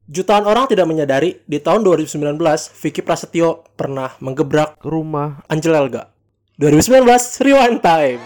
Jutaan orang tidak menyadari di tahun 2019 Vicky Prasetyo pernah menggebrak rumah Angela Elga. 2019 Rewind Time.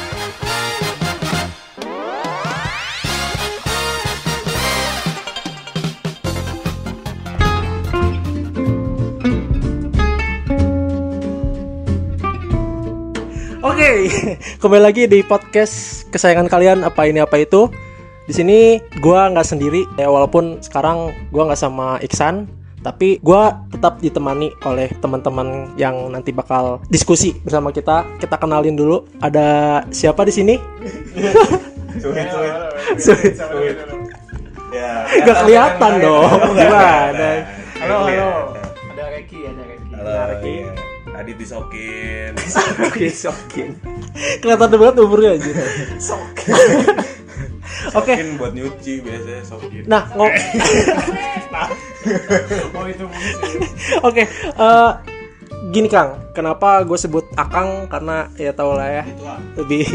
Oke, kembali lagi di podcast kesayangan kalian, apa ini apa itu. Di sini gue nggak sendiri ya, walaupun sekarang gue nggak sama Iksan, tapi gue tetap ditemani oleh teman-teman yang nanti bakal diskusi bersama kita. Kita kenalin dulu, ada siapa di sini? Sulit. Ya, Gak kelihatan dong. Gimana? Halo. Ada Reki. Halo, Reki. Adit disokin. Oke, sokin. Kelihatan banget umurnya aja. Sokin. Oke. Sokin buat nyuci biasanya sokin. Nah, Oh itu mungkin. Oke, gini Kang, kenapa gue sebut Akang, karena ya tau lah ya, lebih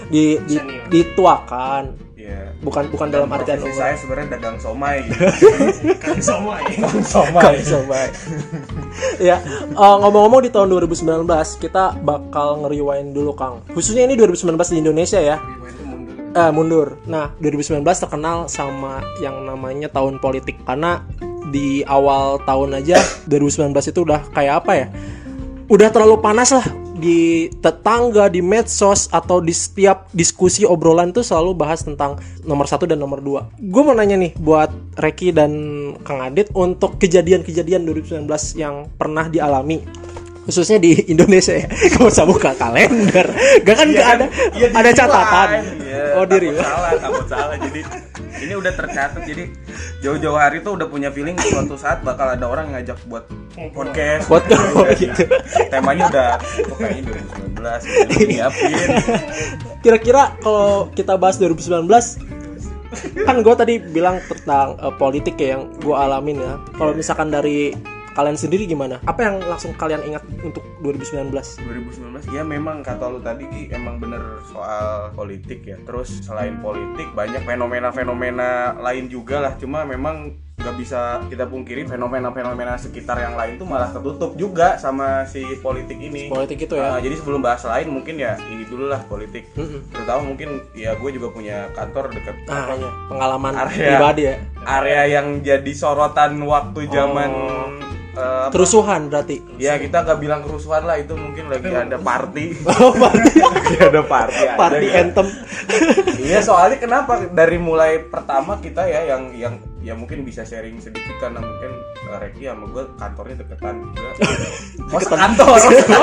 dituakan, Iya. bukan dalam artian Profesi umur. saya sebenarnya dagang somai. Kang Somai. Kang Somai. Ya, ngomong-ngomong di tahun 2019 kita bakal nge-rewind dulu Kang. Khususnya ini 2019 di Indonesia ya. Mundur. Nah, 2019 terkenal sama yang namanya tahun politik, karena di awal tahun aja 2019 itu udah kayak apa ya? Udah terlalu panas lah di tetangga, di medsos, atau di setiap diskusi obrolan tuh selalu bahas tentang nomor 1 dan nomor 2. Gue mau nanya nih buat Reki dan Kang Adit, untuk kejadian-kejadian 2019 yang pernah dialami khususnya di Indonesia ya. Gak usah buka kalender. Gak kan gak ada catatan. Iya, Oh, diri. takut salah. Jadi ini udah tercatat. Jadi jauh-jauh hari tuh udah punya feeling suatu saat bakal ada orang ngajak buat podcast. Gitu. Temanya udah kayaknya 2019 udah nyiapin. Kira-kira kalau kita bahas 2019, kan gue tadi bilang tentang politik ya yang gue alamin ya. Kalau misalkan dari kalian sendiri gimana? Apa yang langsung kalian ingat untuk 2019? 2019 ya memang kata lu tadi Ki, emang bener soal politik ya. Terus selain politik banyak fenomena-fenomena lain juga lah. Cuma memang gak bisa kita pungkiri fenomena-fenomena sekitar yang lain tuh malah tertutup juga sama si politik ini. Politik itu ya. Jadi sebelum bahas lain mungkin ya ini dulu lah politik. Terutama mungkin ya gue juga punya kantor dekat Iya. Pengalaman area, pribadi ya. area yang jadi sorotan waktu zaman Kerusuhan berarti. ya kita gak bilang kerusuhan lah, itu mungkin lagi ada party. Oh, berarti Lagi ada party aja, party ya. anthem. Iya, soalnya kenapa dari mulai pertama kita ya yang ya mungkin bisa sharing sedikit karena mungkin Reki sama gue kantornya deketan juga. Kantor.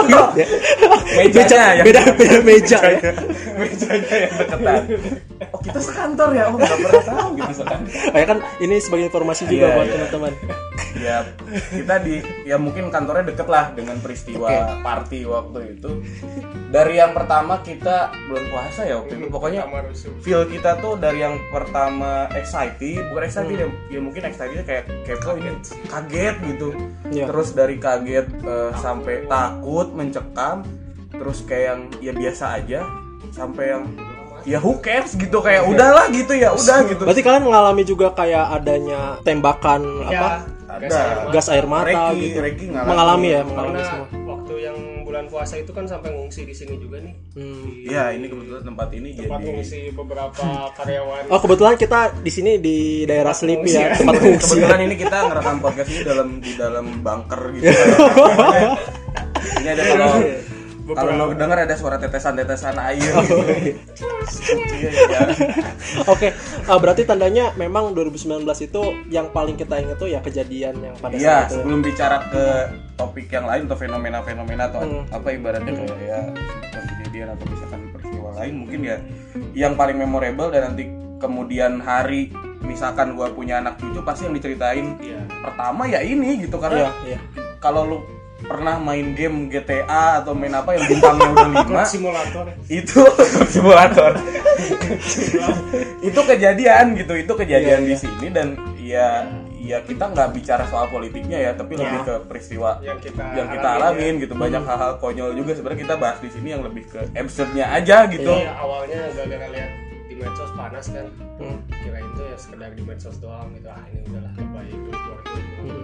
Mejanya yang beda meja ya. mejanya yang deketan. Oh, kita sekantor ya. Oh, enggak pernah tahu gitu sekantor. Ya kan ini sebagai informasi juga Iya, buat iya. teman-teman. Ya kita ya mungkin kantornya deket lah dengan peristiwa party waktu itu. Dari yang pertama kita bulan puasa ya waktu itu, pokoknya feel kita tuh dari yang pertama excited, bukan excited ya mungkin excitednya kayak kepo, ini kaget gitu. Iya. Terus dari kaget sampai takut, mencekam, terus kayak yang ya biasa aja, sampai yang ya who cares gitu, kayak udahlah gitu ya udah gitu. Berarti kalian mengalami juga kayak adanya tembakan apa? Ada Gas air mata gitu. Reki Mengalami Karena semua. waktu yang bulan puasa itu kan sampai ngungsi di sini juga nih. Iya, ini kebetulan tempat ini Tempat jadi ngungsi beberapa karyawan. Oh, kebetulan kita di sini di daerah Sleepy ya, tempat fungsi. kebetulan ini kita ngerekam podcast ini di dalam bunker gitu. Ini ada kalau lo dengar ada suara tetesan air. Oke, berarti tandanya memang 2019 itu yang paling kita ingat tuh ya kejadian yang pada Iya, saat itu. sebelum bicara ke topik yang lain atau fenomena-fenomena atau apa ibaratnya kayak ya kejadian atau misalkan peristiwa lain, mungkin ya yang paling memorable dan nanti kemudian hari misalkan gua punya anak cucu pasti yang diceritain pertama ya ini gitu, karena Iya. kalau lu pernah main game GTA atau main apa yang bintangnya udah 5 Simulator. itu simulator itu kejadian gitu, itu kejadian di sini. Dan ya kita nggak bicara soal politiknya ya, tapi lebih ke peristiwa yang kita alamin gitu. Banyak hal-hal konyol juga sebenarnya kita bahas di sini yang lebih ke absurdnya aja gitu. Iya, awalnya gara-gara lihat di medsos panas kan. Kirain tuh ya sekedar di medsos doang gitu. Ini udahlah lebay,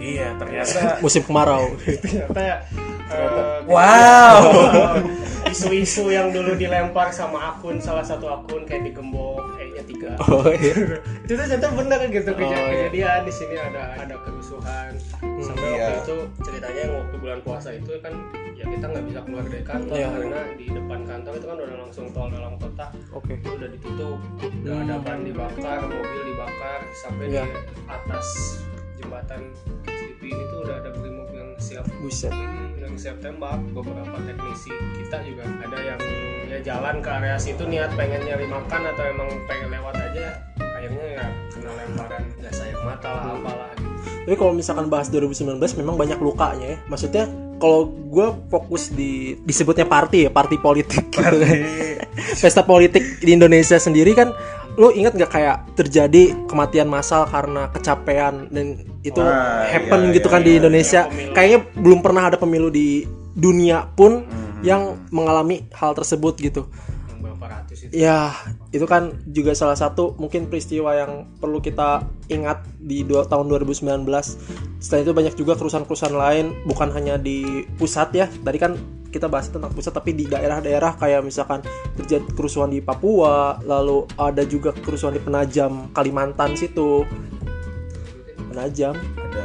Iya, ternyata musim kemarau. Ternyata wow. isu-isu yang dulu dilempar sama salah satu akun kayak digembok E-nya 3. Oh iya. Itu tuh ternyata benar gitu iya. kejadian di sini ada kerusuhan. Sampai iya. waktu itu ceritanya yang waktu bulan puasa itu kan ya kita nggak bisa keluar dari kantor karena di depan kantor itu kan udah langsung tol dalam kota. Oke. Itu udah ditutup, udah ada ban dibakar, mobil dibakar, sampai di atas jembatan KCP ini tuh udah ada brimob yang siap Buset. yang siap tembak. Beberapa teknisi kita juga ada yang ya jalan ke area situ niat pengen nyari makan atau emang pengen lewat aja, akhirnya ya kena lemparan gas air mata lah apalah gitu. Tapi kalau misalkan bahas 2019 memang banyak lukanya ya. Maksudnya kalau gue fokus disebutnya party politik gitu kan. Pesta politik di Indonesia sendiri kan, lo ingat nggak kayak terjadi kematian massal karena kecapean dan itu happen gitu kan di Indonesia. Kayaknya belum pernah ada pemilu di dunia pun yang mengalami hal tersebut gitu. Ya, itu kan juga salah satu mungkin peristiwa yang perlu kita ingat di tahun 2019. Selain itu banyak juga kerusuhan-kerusuhan lain, bukan hanya di pusat ya. Tadi kan kita bahas tentang pusat, tapi di daerah-daerah kayak misalkan terjadi kerusuhan di Papua, lalu ada juga kerusuhan di Penajam, Kalimantan situ. Penajam. Ada.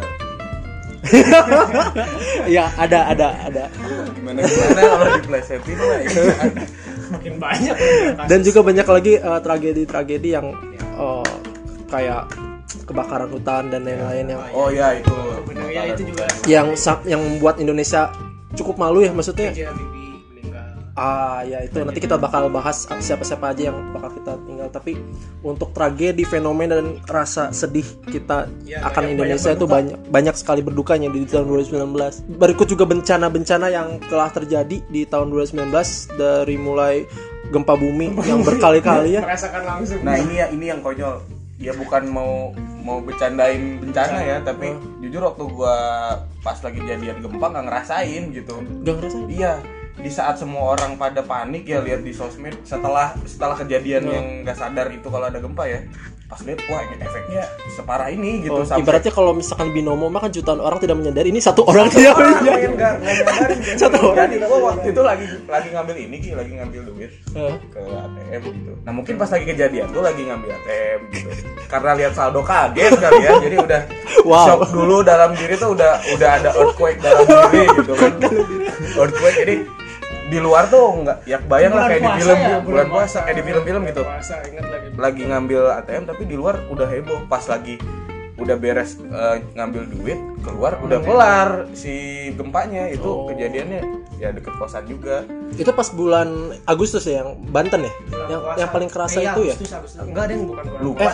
Ya, ada. Gimana kalau diplesetin lah ini ada. Makin banyak Dan juga banyak lagi tragedi-tragedi yang kayak kebakaran hutan dan lain-lain yang ya itu benar ya, itu juga yang membuat Indonesia cukup malu ya, maksudnya. Habibie meninggal. Ya itu nanti kita bakal bahas siapa-siapa aja yang bakal kita tinggal. Tapi untuk tragedi, fenomena dan rasa sedih kita akan Indonesia itu banyak sekali berdukanya di tahun 2019. Berikut juga bencana-bencana yang telah terjadi di tahun 2019 dari mulai gempa bumi yang berkali-kali ya. Merasakan langsung. Nah ini yang konyol. Ya bukan mau bercandain bencana ya, tapi jujur waktu gua pas lagi jadian gempa nggak ngerasain gitu. Gak ngerasain? Iya, di saat semua orang pada panik ya lihat di sosmed setelah kejadian yang nggak sadar itu kalau ada gempa ya, pas lihat wah ini efeknya separah ini gitu. Ibaratnya kalau misalkan binomo mah kan jutaan orang tidak menyadari, ini satu orang tidak menyadari. Satu orang. Jadi gua waktu itu lagi ngambil lagi ngambil duit ke ATM gitu. Nah mungkin pas lagi kejadian tuh lagi ngambil ATM gitu. Karena lihat saldo kaget kali ya, jadi udah shock dulu dalam diri tuh udah ada earthquake dalam diri gitu kan. Earthquake jadi di luar tuh nggak ya bayang lah kayak di film bulan puasa kayak di film-film gitu. Lagi ngambil ATM tapi di luar udah heboh, pas lagi udah beres ngambil duit keluar udah kelar si gempanya itu. Kejadiannya ya deket kosan juga. Itu pas bulan Agustus ya, yang Banten ya, yang paling kerasa itu ya. Enggak ada yang bukan bulan Lupa.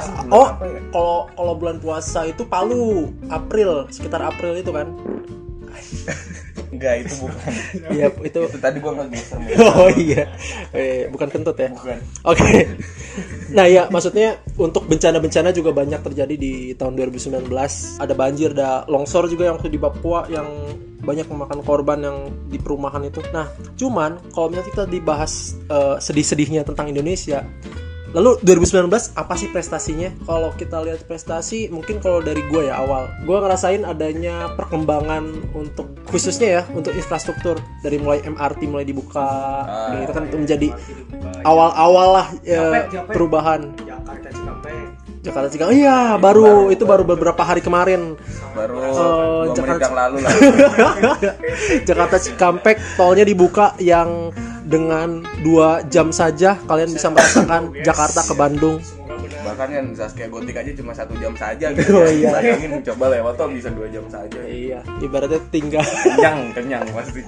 Kalau bulan puasa itu Palu, April, sekitar April itu kan. Enggak, itu bukan. Iya, itu Tadi gua ngegeser. Oh iya. Bukan kentut ya? Bukan. Oke. Nah ya, maksudnya untuk bencana-bencana juga banyak terjadi di tahun 2019. Ada banjir, ada longsor juga yang waktu di Papua yang banyak memakan korban yang di perumahan itu. Nah, cuman kalau misalnya kita dibahas sedih-sedihnya tentang Indonesia, lalu 2019 apa sih prestasinya? Kalau kita lihat prestasi, mungkin kalau dari gue ya awal, gue ngerasain adanya perkembangan untuk khususnya ya untuk infrastruktur, dari mulai MRT mulai dibuka, itu kan menjadi awal-awal lah perubahan. Jakarta Cikampek. Iya, baru beberapa hari kemarin. Baru 2 menit yang lalu lah. Jakarta Cikampek tolnya dibuka yang dengan 2 jam saja kalian bisa merasakan Jakarta ke Bandung. Bahkan kan Saskia Gotik aja cuma 1 jam saja gitu. Oh, iya. Bayangin coba lewat tol bisa 2 jam saja. Iya, ibaratnya tinggal kenyang pasti.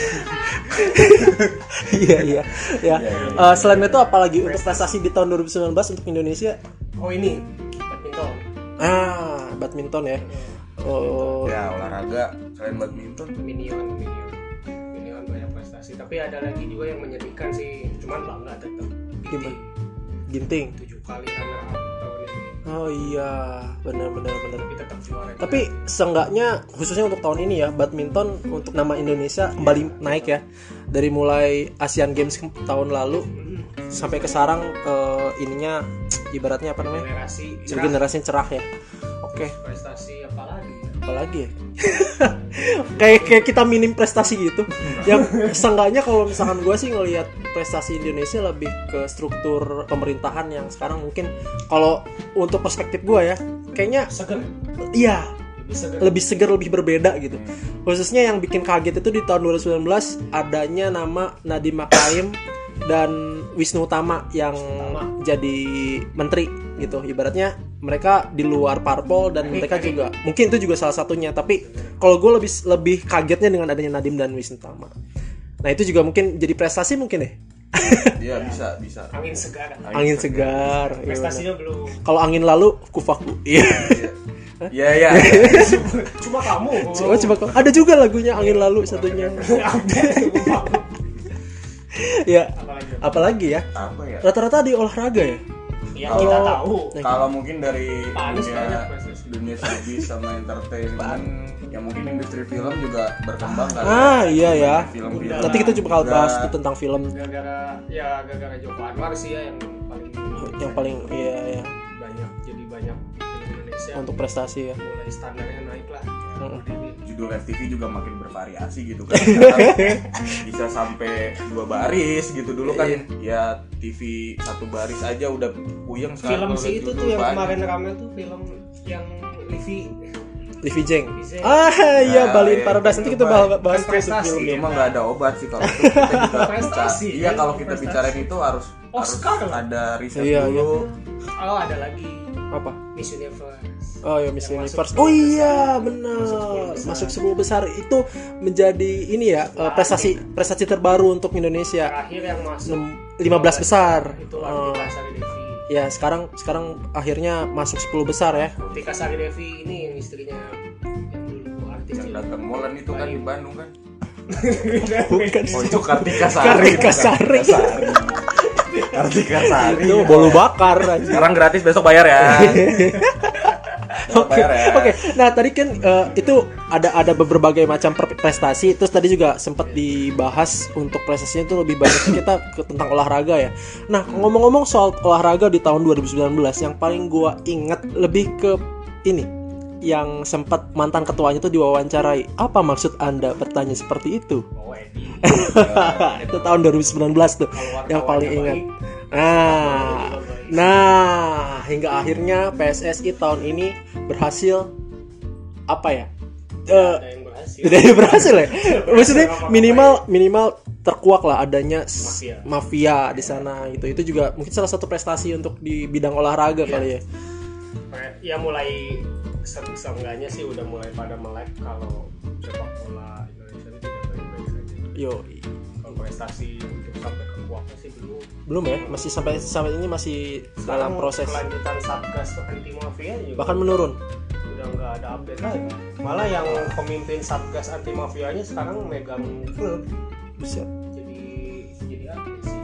Iya. Selain itu apalagi untuk prestasi di tahun 2019 untuk Indonesia? Oh ini badminton. Badminton ya. Ya olahraga selain badminton Minion banyak prestasi. Tapi ada lagi juga yang menyedihkan sih. Cuman bangga tetap. Ginting 7 kali runner up tahun ini. Oh iya, benar. Tapi tetap juara. Tapi seenggaknya khususnya untuk tahun ini ya, badminton untuk nama Indonesia kembali naik ya. Dari mulai Asian Games tahun lalu sampai ke sekarang ininya ibaratnya apa namanya? Generasi cerah ya. Oke. Prestasi apa lagi? apalagi ya? kayak kita minim prestasi gitu. Yang seenggaknya kalau misalkan gue sih ngelihat prestasi Indonesia lebih ke struktur pemerintahan yang sekarang mungkin kalau untuk perspektif gue ya kayaknya Seger. iya lebih segar, lebih berbeda gitu. Khususnya yang bikin kaget itu di tahun 2019 adanya nama Nadiem Makarim dan Wisnu Tama yang jadi menteri gitu. Ibaratnya mereka di luar parpol dan mereka juga mungkin itu juga salah satunya. Tapi kalau gue lebih kagetnya dengan adanya Nadiem dan Wisnu Tama. Nah itu juga mungkin jadi prestasi mungkin ya. Iya bisa. Angin segar. Angin segar. Prestasinya belum. Kalau angin lalu kufaku. Iya. Iya. Cuma kamu. Coba ada juga lagunya angin lalu satunya. Ya. Apalagi ya? Apa ya? Rata-rata di olahraga ya. Ya kita tahu. Kalau mungkin dari Panis banyak prestasi. dunia showbiz sama entertainment, ya mungkin industri film juga berkembang kan. Iya ya. Film-film. Nanti kita juga bakal bahas tuh tentang film Gara-gara Joko Anwar sih ya yang paling iya ya banyak film Indonesia untuk prestasi ya. mulai standarnya naik lah. Judul FTV juga makin bervariasi gitu kan. Sekarang bisa sampai 2 baris gitu. Dulu kan ya TV 1 baris aja udah puyeng sekarang. Film sih itu tuh yang kemarin rame tuh film yang Livi Jeng. Iya Bali in Paradise. Nanti kita bahas prestasi. film Cuma nggak ada obat sih kalau itu kita juga Prestasi, iya kan? kalau kita bicarain itu harus Oscar lah. ada riset Iya, dulu. Oh ada lagi apa? Miss Universe. Oh ya Miss Yang Universe. masuk Oh 10 iya besar. benar. Masuk 10 besar itu menjadi ini ya prestasi terbaru untuk Indonesia. Terakhir yang masuk 15 besar. itu Artika Sari Devi. Ya sekarang akhirnya masuk 10 besar ya. Artika Sari Devi ini yang istrinya yang dulu artis Yang datang molen itu kan di Bandung kan. Bukan. Pojok Kartika Sari. Kartika Sari. Itu bolu bakar aja. Sekarang gratis, besok bayar ya. Oke. Nah tadi kan itu ada berbagai macam prestasi. Terus tadi juga sempat dibahas untuk prestasinya itu lebih banyak kita tentang olahraga ya. Nah ngomong-ngomong soal olahraga di tahun 2019 yang paling gua inget lebih ke ini yang sempat mantan ketuanya itu diwawancarai. Apa maksud Anda bertanya seperti itu? Oh Edi. Itu tahun 2019 tuh yang paling ingat. Nah, hingga akhirnya PSSI tahun ini berhasil apa ya? Ada yang berhasil. Tidak ada yang berhasil ya. Maksudnya minimal terkuak lah adanya mafia di sana gitu. Itu juga mungkin salah satu prestasi untuk di bidang olahraga kali ya. Ya mulai seenggaknya sih udah mulai pada melek kalau sepak bola Indonesia ini tidak baik-baik saja. Yo, Kalau prestasi untuk sampai ke kuaknya sih belum ya, masih sampai ini masih dalam proses. Kelanjutan Satgas anti mafia juga Bahkan menurun. udah nggak ada update lagi. Malah yang pemimpin Satgas anti mafianya sekarang megang klub. Buset. Jadi apa sih?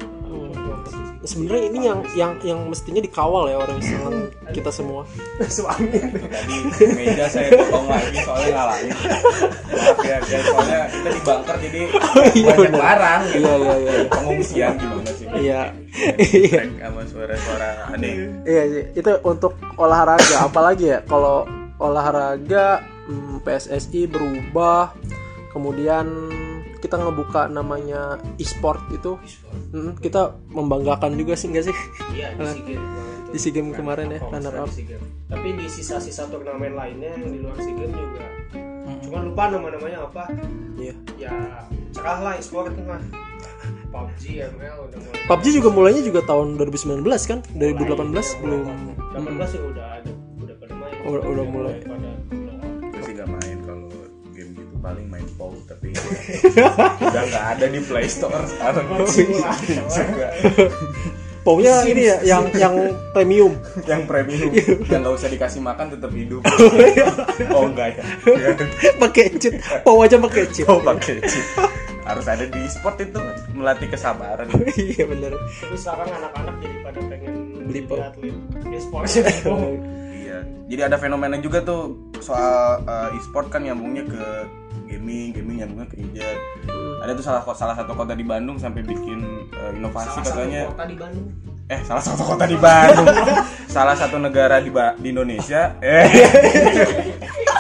Sebenarnya ini yang mestinya dikawal ya orang Islam kita semua. Soalnya Tadi meja saya potong lagi soalnya ngalahin. Maaf ya guys, soalnya kita di bunker jadi Iya, banyak bener. barang gitu. Iya. Pengungsian gimana sih? Iya. Break sama suara-suara aneh. Iya sih, itu untuk olahraga. Apalagi ya kalau olahraga PSSI berubah, kemudian kita ngebuka namanya e-sport itu. Kita membanggakan juga sih nggak sih? iya Di SEA Games kemarin ya, runner up. Tapi di sisa-sisa turnamen lainnya yang di luar SEA Games juga. Cuma lupa nama-namanya apa. Iya. Ya cerah lah e-sport mah. PUBG, ML udah mulai. PUBG juga mulainya juga tahun 2019 kan? 2018 belum. 18 sih udah pada main. Udah mulai. Pada Gue sih nggak main kalau game gitu, paling main POW tapi udah nggak ada di Play Store sekarang. Juga. Pokoknya ini ya yang premium. Yang premium, yang nggak usah dikasih makan tetap hidup. Oh enggak ya? Pakai cheat, pow aja pakai cheat. Oh pakai chip. Harus ada di sport itu melatih kesabaran. Iya benar. Tapi sekarang anak-anak jadi pada pengen Beli jadi POW. atlet e-sport sih. Iya. Jadi ada fenomena juga tuh soal e-sport kan nyambungnya ke gaming nyambungnya ke e-jet. Ada tuh salah satu kota di Bandung sampai bikin inovasi katanya. Kota di Bandung. Salah satu kota di Bandung. Salah satu negara di Indonesia.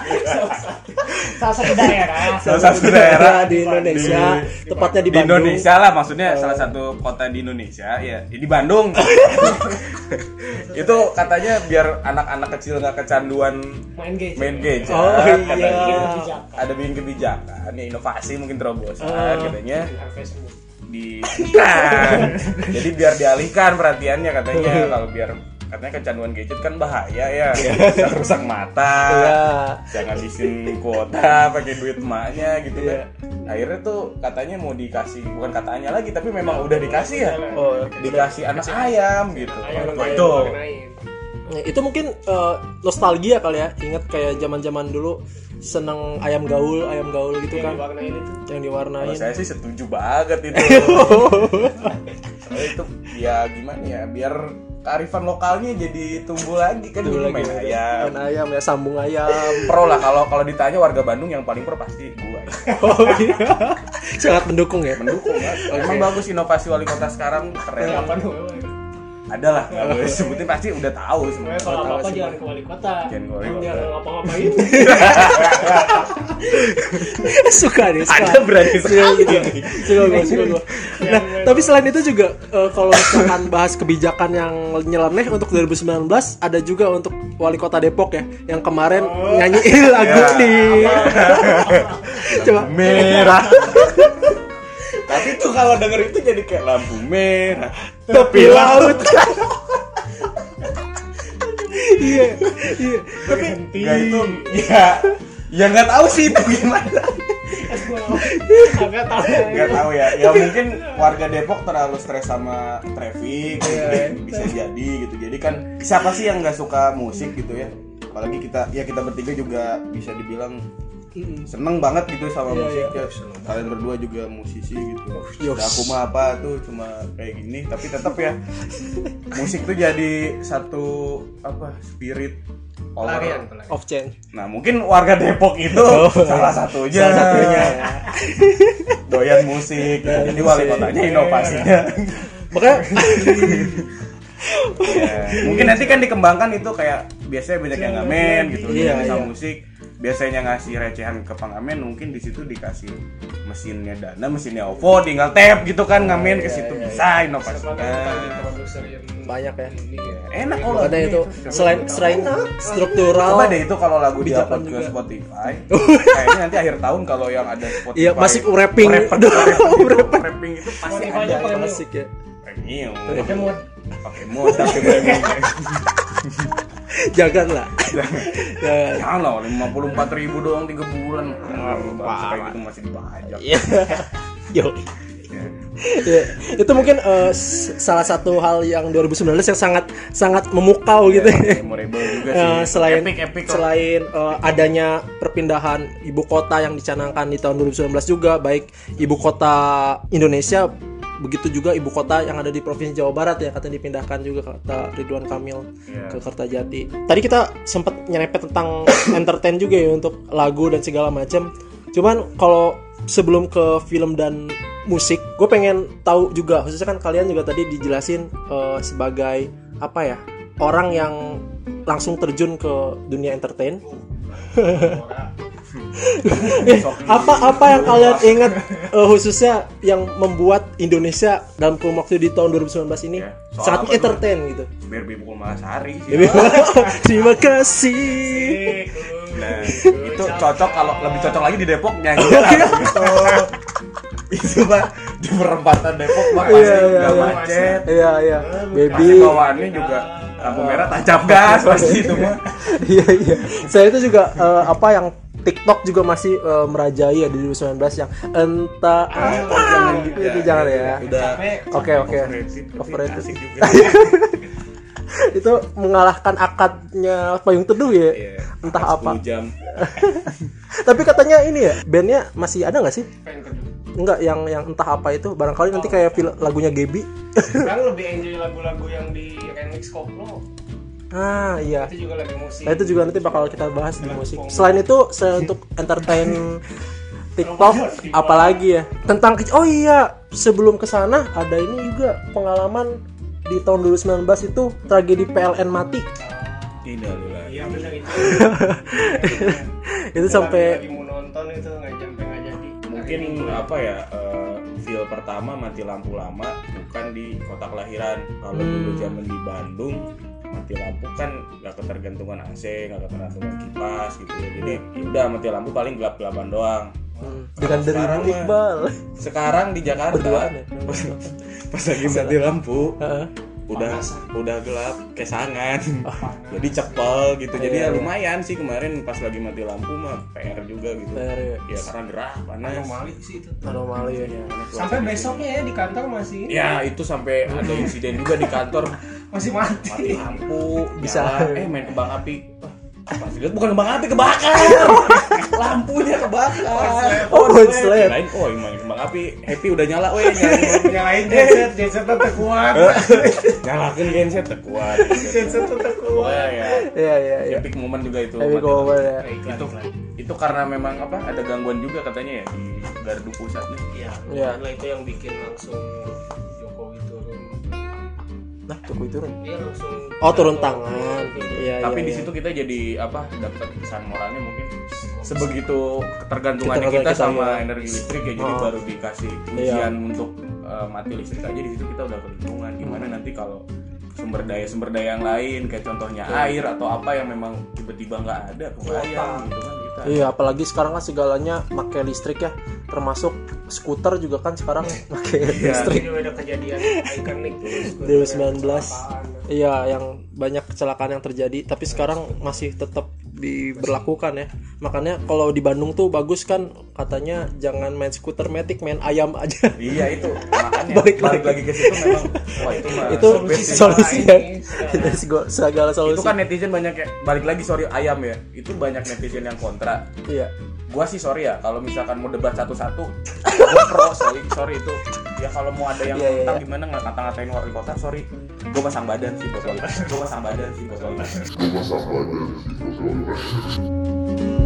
salah satu daerah. Salah satu daerah di Indonesia, tepatnya di di Bandung. Indonesia lah, maksudnya salah satu kota di Indonesia ya di Bandung. Itu katanya biar anak-anak kecil nggak kecanduan main gadget. Oh, katanya. iya. Ada bikin kebijakan ya, inovasi mungkin terobosan katanya di jadi biar dialihkan perhatiannya katanya. Kalau biar katanya kecanduan gadget kan bahaya ya, bisa rusak mata, bisa ngabisin kuota pakai duit emaknya gitu kan. Akhirnya tuh katanya mau dikasih, bukan katanya lagi tapi memang udah dikasih ya, dikasih anak ayam gitu. Itu mungkin nostalgia kali ya, ingat kayak zaman-zaman dulu seneng ayam gaul gitu kan, yang diwarnain. Kalau saya sih setuju banget itu. Soalnya itu ya gimana ya, biar kearifan lokalnya jadi tumbuh lagi kan, jadi main ayam ya, sambung ayam. Pro lah, kalau ditanya warga Bandung yang paling pro pasti gua ya. Oh iya, sangat mendukung ya. Mendukung kan. Emang bagus inovasi wali kota sekarang, keren. Ada lah, nggak boleh sebutin, pasti udah tahu semua. Kalau apa-apa jangan ke wali kota. Jangan ngapa-ngapain. Suka nih, Ada berani sekali. Suka gue. Nah, tapi selain itu juga kalau misalkan bahas kebijakan yang nyeleneh untuk 2019, ada juga untuk wali kota Depok ya, yang kemarin nyanyiin lagu nih. Coba merah. Tapi tuh kalau denger itu jadi kayak lampu merah tepi laut. Iya. Tapi nggak itu ya nggak tahu sih itu gimana. Nggak tahu ya. Ya mungkin warga Depok terlalu stres sama traffic, bisa jadi gitu. Jadi kan siapa sih yang nggak suka musik gitu ya? Apalagi kita bertiga juga bisa dibilang seneng banget gitu sama musik ya. Kalian berdua juga musisi gitu. Nah, aku mah apa tuh cuma kayak gini, tapi tetap ya musik tuh jadi satu spirit of change. Nah mungkin warga Depok itu salah satunya doyan musik gitu. Jadi wali kotanya inovasinya. Makanya mungkin nanti kan dikembangkan itu, kayak biasanya banyak yang ngamen gitu sama musik. Biasanya ngasih recehan ke pengamen, mungkin di situ dikasih mesinnya Dana, mesinnya OVO, tinggal tap gitu kan, ngamen ke situ bisa inovasinya. Banyak ya. Enak kalau ada itu selain struktural. Coba deh itu kalau lagu di-upload ke Spotify. Kayaknya nanti akhir tahun kalau yang ada Spotify. Iya, masih rapping. Rapping itu pasti ada. Asik ya. Premium. Pakai mod tapi premium. Janganlah. Jangan lah, 54.000 doang 3 bulan. Kayak gitu masih dipajak. Yo. Ya, itu mungkin salah satu hal yang 2019 yang sangat memukau gitu. Memorable juga sih. Selain adanya perpindahan ibu kota yang dicanangkan di tahun 2019 juga, baik ibu kota Indonesia, begitu juga ibu kota yang ada di Provinsi Jawa Barat ya, katanya dipindahkan juga, kata Ridwan Kamil ke Kertajati. Tadi kita sempat nyerempet tentang entertain juga ya untuk lagu dan segala macam. Cuman kalau sebelum ke film dan musik, gue pengen tahu juga, khususnya kan kalian juga tadi dijelasin sebagai apa ya, orang yang langsung terjun ke dunia entertain. Apa yang kalian ingat khususnya yang membuat Indonesia dalam kurun waktu di tahun 2019 ini sangat entertain gitu? Biar Bipukul Malasari sih. Terima kasih. Nah, itu cocok, kalau lebih cocok lagi di Depok nyanyinya gitu. Itu mah di perempatan Depok mah pasti enggak macet. Iya. Baby bawaannya juga lampu merah tancap gas pasti itu mah. Iya. Saya itu juga yang TikTok juga masih merajai ya di 2019 yang entah apa itu jangan ya. Udah Oke. Overrated juga. Itu mengalahkan akadnya Payung Teduh ya. Entah apa. Jam. Tapi katanya ini ya, bandnya masih ada nggak sih? Enggak, yang entah apa itu. Barangkali nanti kayak lagunya Gaby. Sekarang lebih enjoy lagu-lagu yang di remix koplo. Iya. Itu juga lagi musik. Nah, itu juga nanti bakal kita bahas di musik. Selain itu, untuk entertain TikTok, apalagi ya? Tentang sebelum kesana ada ini juga pengalaman di tahun 2019 itu tragedi PLN mati. Iya benar itu. Itu sampai lagi mau nonton tahun itu nggak jadi. Mungkin apa ya, feel pertama mati lampu lama bukan di kota kelahiran. Kalau dulu zaman di Bandung mati lampu kan nggak ketergantungan AC, nggak ketergantungan kipas gitu ya. Jadi udah mati lampu paling gelap-gelapan doang. Dengan Sekarang derimu Iqbal. Sekarang di Jakarta Berduaan ya? pas lagi mati lampu Heeh. udah gelap kesangan. Jadi cepel gitu. Jadi ya lumayan sih kemarin pas lagi mati lampu mah PR juga gitu. PR ya. Ya karena gerah panas. Anomali sih itu. Anomali ya. Sampai besoknya ya di kantor masih Ya itu sampai ada insiden juga di kantor masih mati. mati lampu Bisa. nyala, main kembang api. Pas lihat bukan kembang api kebakar. Lampunya kebakar. Oh, konslet. Kirain main kembang api. Happy udah nyala Nyalain genset kuat. Nyalakan genset terkuat. Genset kuat. Ya. Iya. Epic moment juga itu. Epic moment ya. Itu karena memang apa ada gangguan juga katanya ya di gardu pusat nih. Iya. Iya. Karena itu yang bikin langsung Jokowi turun. Nah, Jokowi turun. Dia langsung Turun tangan. Iya, Tapi iya, di iya. situ kita jadi apa dapat kesan moralnya mungkin sebegitu ketergantungannya Ketergantungan kita kita, sama iya. energi listrik ya, jadi baru dikasih ujian untuk mati listrik aja di situ kita udah kehitungan gimana nanti kalau sumber daya yang lain kayak contohnya air atau apa yang memang tiba-tiba nggak ada kebayang gitu kan kita. Iya, apalagi sekarang kan segalanya pakai listrik ya. Termasuk skuter juga kan sekarang pakai listrik. Ini ada kejadian ikonik 2019. Iya, yang banyak kecelakaan yang terjadi, tapi sekarang masih tetap diberlakukan ya. Makanya kalau di Bandung tuh bagus kan katanya jangan main skuter matic, main ayam aja. Iya itu makanya Balik lagi ke situ memang wah itu mah Itu best sih. solusinya dari segala Itu solusi. kan netizen banyak ya balik lagi sorry ayam ya itu banyak netizen yang kontra. Iya. Gua sih sorry ya kalau misalkan mau debat satu-satu gua pro sorry itu ya kalau mau ada yang Iya, tentang iya. gimana ngata-ngatain wali kota sorry gua pasang badan sih bos wali kota.